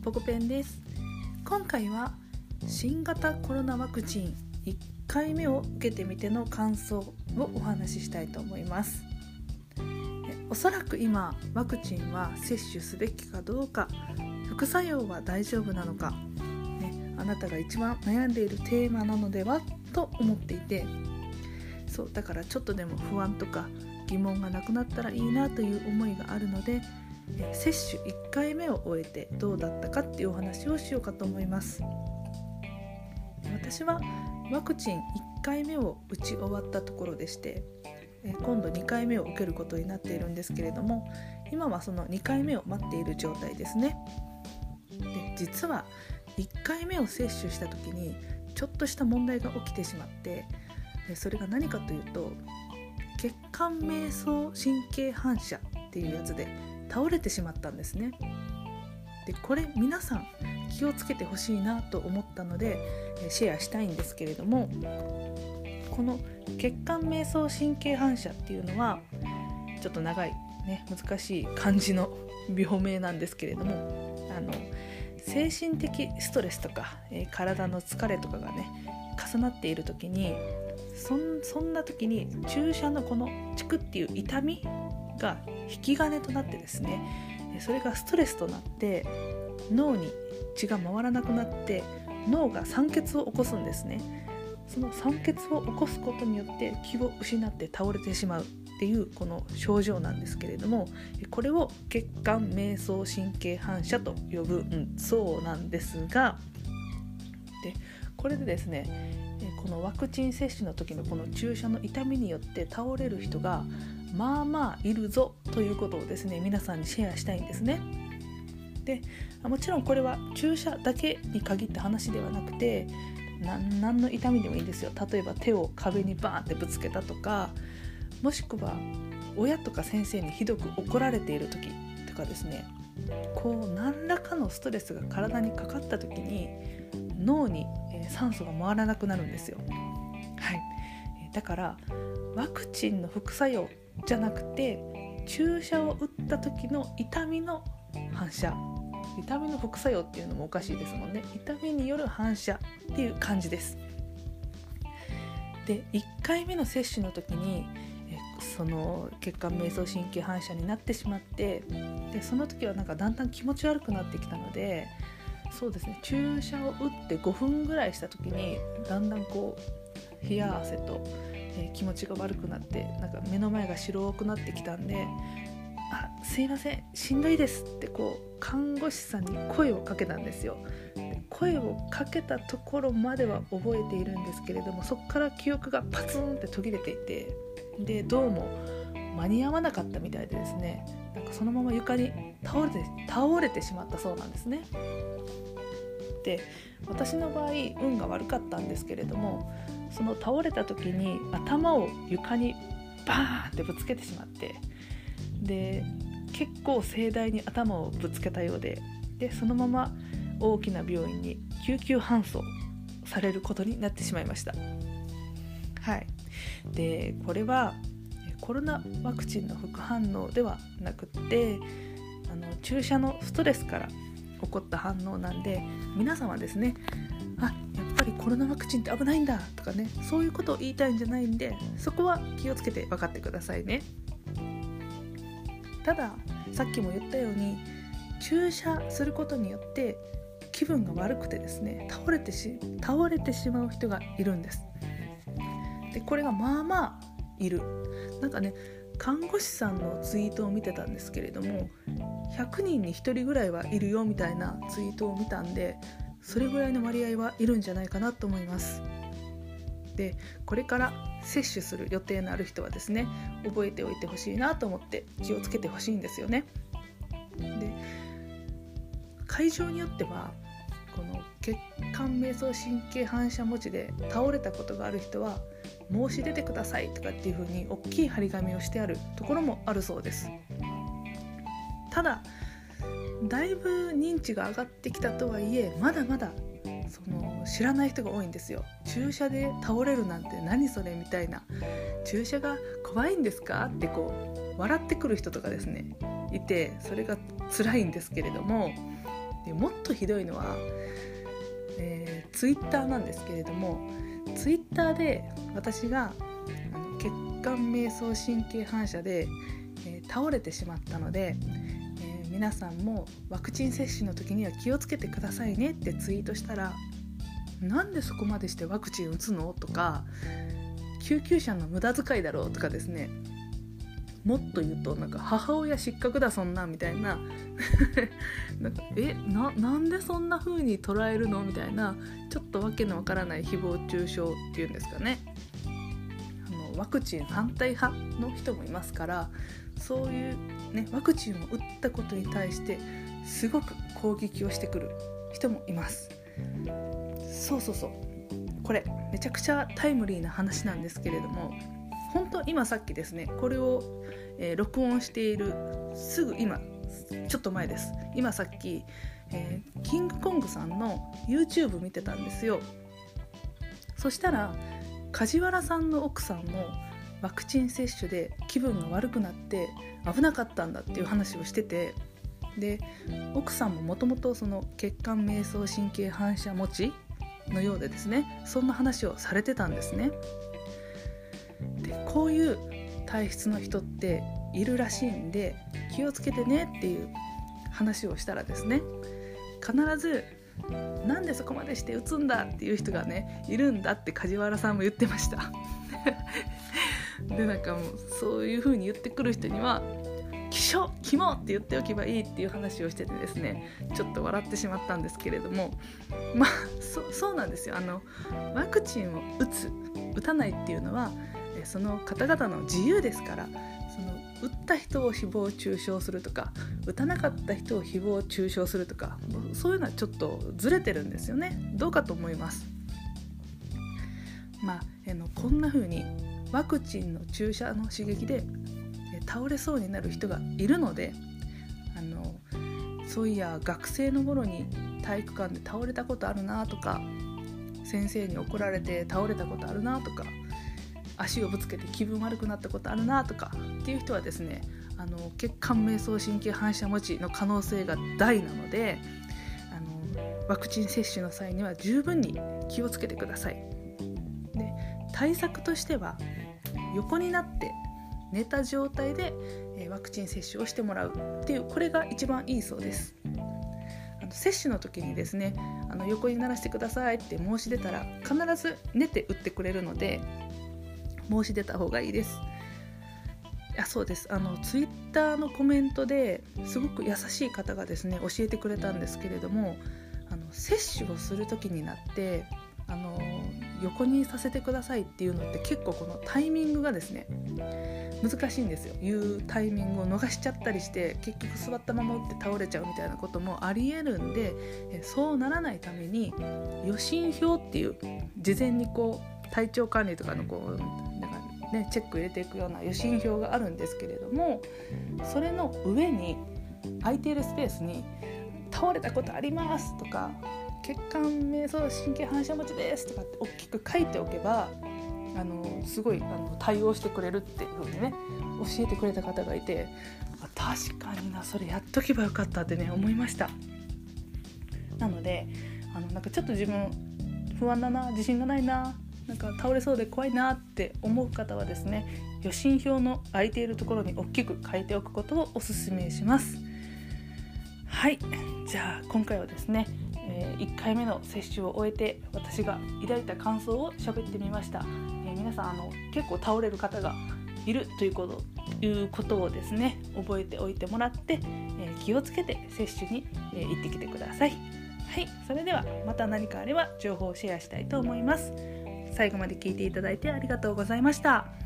ポコペンです。今回は新型コロナワクチン1回目を受けてみての感想をお話ししたいと思います。おそらく今ワクチンは接種すべきかどうか、副作用は大丈夫なのか、あなたが一番悩んでいるテーマなのではと思っていて、そうだからちょっとでも不安とか疑問がなくなったらいいなという思いがあるので、接種1回目を終えてどうだったかっていうお話をしようかと思います。私はワクチン1回目を打ち終わったところでして、今度2回目を受けることになっているんですけれども、今はその2回目を待っている状態ですね。で、実は1回目を接種した時にちょっとした問題が起きてしまって、それが何かというと、血管迷走神経反射っていうやつで倒れてしまったんですね。で、これ皆さん気をつけてほしいなと思ったのでシェアしたいんですけれども、この血管迷走神経反射っていうのはちょっと長い、難しい漢字の病名なんですけれども、精神的ストレスとか、体の疲れとかが重なっている時に、そんな時に注射のこのチクっていう痛みが引き金となってですね、それがストレスとなって脳に血が回らなくなって脳が酸欠を起こすんですね。その酸欠を起こすことによって気を失って倒れてしまうっていうこの症状なんですけれども、これを血管迷走神経反射と呼ぶそうなんですが、でこれでですね、このワクチン接種の時のこの注射の痛みによって倒れる人がまあまあいるぞということをですね、皆さんにシェアしたいんですね。で、もちろんこれは注射だけに限った話ではなくて、何の痛みでもいいんですよ。例えば手を壁にバーンってぶつけたとか、もしくは親とか先生にひどく怒られている時とかですね、何らかのストレスが体にかかった時に脳に酸素が回らなくなるんですよ。だからワクチンの副作用じゃなくて、注射を打った時の痛みの反射、痛みの副作用っていうのもおかしいですもんね。痛みによる反射っていう感じです。で、1回目の接種の時にその血管迷走神経反射になってしまって、でその時はだんだん気持ち悪くなってきたので、そうですね、注射を打って5分ぐらいした時にだんだん冷や汗と、気持ちが悪くなって、目の前が白くなってきたんで、すいません、しんどいですって看護師さんに声をかけたんですよ。で、声をかけたところまでは覚えているんですけれども、そこから記憶がパツンって途切れていて、でどうも間に合わなかったみたいでですね、そのまま床に倒れてしまったそうなんですね。で、私の場合運が悪かったんですけれども、その倒れた時に頭を床にバーンってぶつけてしまって、で結構盛大に頭をぶつけたようで、そのまま大きな病院に救急搬送されることになってしまいました。でこれはコロナワクチンの副反応ではなくて、注射のストレスから起こった反応なんで、皆さんはですね、やっぱりコロナワクチンって危ないんだとかね、そういうことを言いたいんじゃないんで、そこは気をつけて分かってくださいね。たださっきも言ったように、注射することによって気分が悪くてですね、倒れてしまう人がいるんです。でこれがまあまあいる。看護師さんのツイートを見てたんですけれども、100人に1人ぐらいはいるよみたいなツイートを見たんで、それぐらいの割合はいるんじゃないかなと思います。でこれから接種する予定のある人はですね、覚えておいてほしいなと思って気をつけてほしいんですよね。で、会場によってはこの血管迷走神経反射持ちで倒れたことがある人は申し出てくださいとかっていう風に大きい張り紙をしてあるところもあるそうです。ただだいぶ認知が上がってきたとはいえ、まだまだ知らない人が多いんですよ。注射で倒れるなんて何それみたいな、注射が怖いんですかって笑ってくる人とかですねいて、それが辛いんですけれども、 でもっとひどいのは、ツイッターなんですけれども、ツイッターで私が血管迷走神経反射で、倒れてしまったので、皆さんもワクチン接種の時には気をつけてくださいねってツイートしたら、なんでそこまでしてワクチン打つのとか、救急車の無駄遣いだろうとかですね、もっと言うとなんか母親失格だそんなみたいななんかなんでそんな風に捉えるのみたいな、ちょっとわけのわからない誹謗中傷っていうんですかね。ワクチン反対派の人もいますから、そういう、ね、ワクチンを打ったことに対してすごく攻撃をしてくる人もいます。そうこれめちゃくちゃタイムリーな話なんですけれども、本当今さっきですね、これを、録音しているすぐ今ちょっと前です。今さっき、キングコングさんの YouTube 見てたんですよ。そしたら梶原さんの奥さんもワクチン接種で気分が悪くなって危なかったんだっていう話をしてて、で奥さんももともとその血管迷走神経反射持ちのようでですね、そんな話をされてたんですね。でこういう体質の人っているらしいんで気をつけてねっていう話をしたらですね、必ずなんでそこまでして打つんだっていう人がねいるんだって梶原さんも言ってましたでなんかもうそういう風に言ってくる人にはキモって言っておけばいいっていう話をしててですね、ちょっと笑ってしまったんですけれども、まあそうなんですよ。ワクチンを打たないっていうのはその方々の自由ですから、その打った人を誹謗中傷するとか、打たなかった人を誹謗中傷するとか、そういうのはちょっとずれてるんですよね。どうかと思います。こんな風にワクチンの注射の刺激で倒れそうになる人がいるので、そういや学生の頃に体育館で倒れたことあるなとか、先生に怒られて倒れたことあるなとか、足をぶつけて気分悪くなったことあるなとかっていう人はですね、血管迷走神経反射持ちの可能性が大なので、ワクチン接種の際には十分に気をつけてください。で対策としては横になって寝た状態でワクチン接種をしてもらうっていう、これが一番いいそうです。接種の時にですね、横にならせてくださいって申し出たら必ず寝て打ってくれるので申し出た方がいいです。そうです。ツイッターのコメントですごく優しい方がですね教えてくれたんですけれども、接種をする時になって横にさせてくださいっていうのって結構このタイミングがですね難しいんですよ。言うタイミングを逃しちゃったりして結局座ったまま打って倒れちゃうみたいなこともありえるんで、そうならないために予診票っていう事前にこう体調管理とかのチェック入れていくような予診票があるんですけれども、それの上に空いているスペースに倒れたことありますとか血管迷走神経反射持ちですとかって大きく書いておけばすごい対応してくれるっていう風にね教えてくれた方がいて、確かになそれやっとけばよかったってね思いました。なのでなんかちょっと自分不安だな、自信がないな、なんか倒れそうで怖いなって思う方はですね、予診票の空いているところに大きく書いておくことをお勧めします。はい、じゃあ今回はですね、1回目の接種を終えて私が抱いた感想を喋ってみました。皆さん結構倒れる方がいるということをですね覚えておいてもらって、気をつけて接種に、行ってきてください。はい、それではまた何かあれば情報をシェアしたいと思います。最後まで聞いていただいてありがとうございました。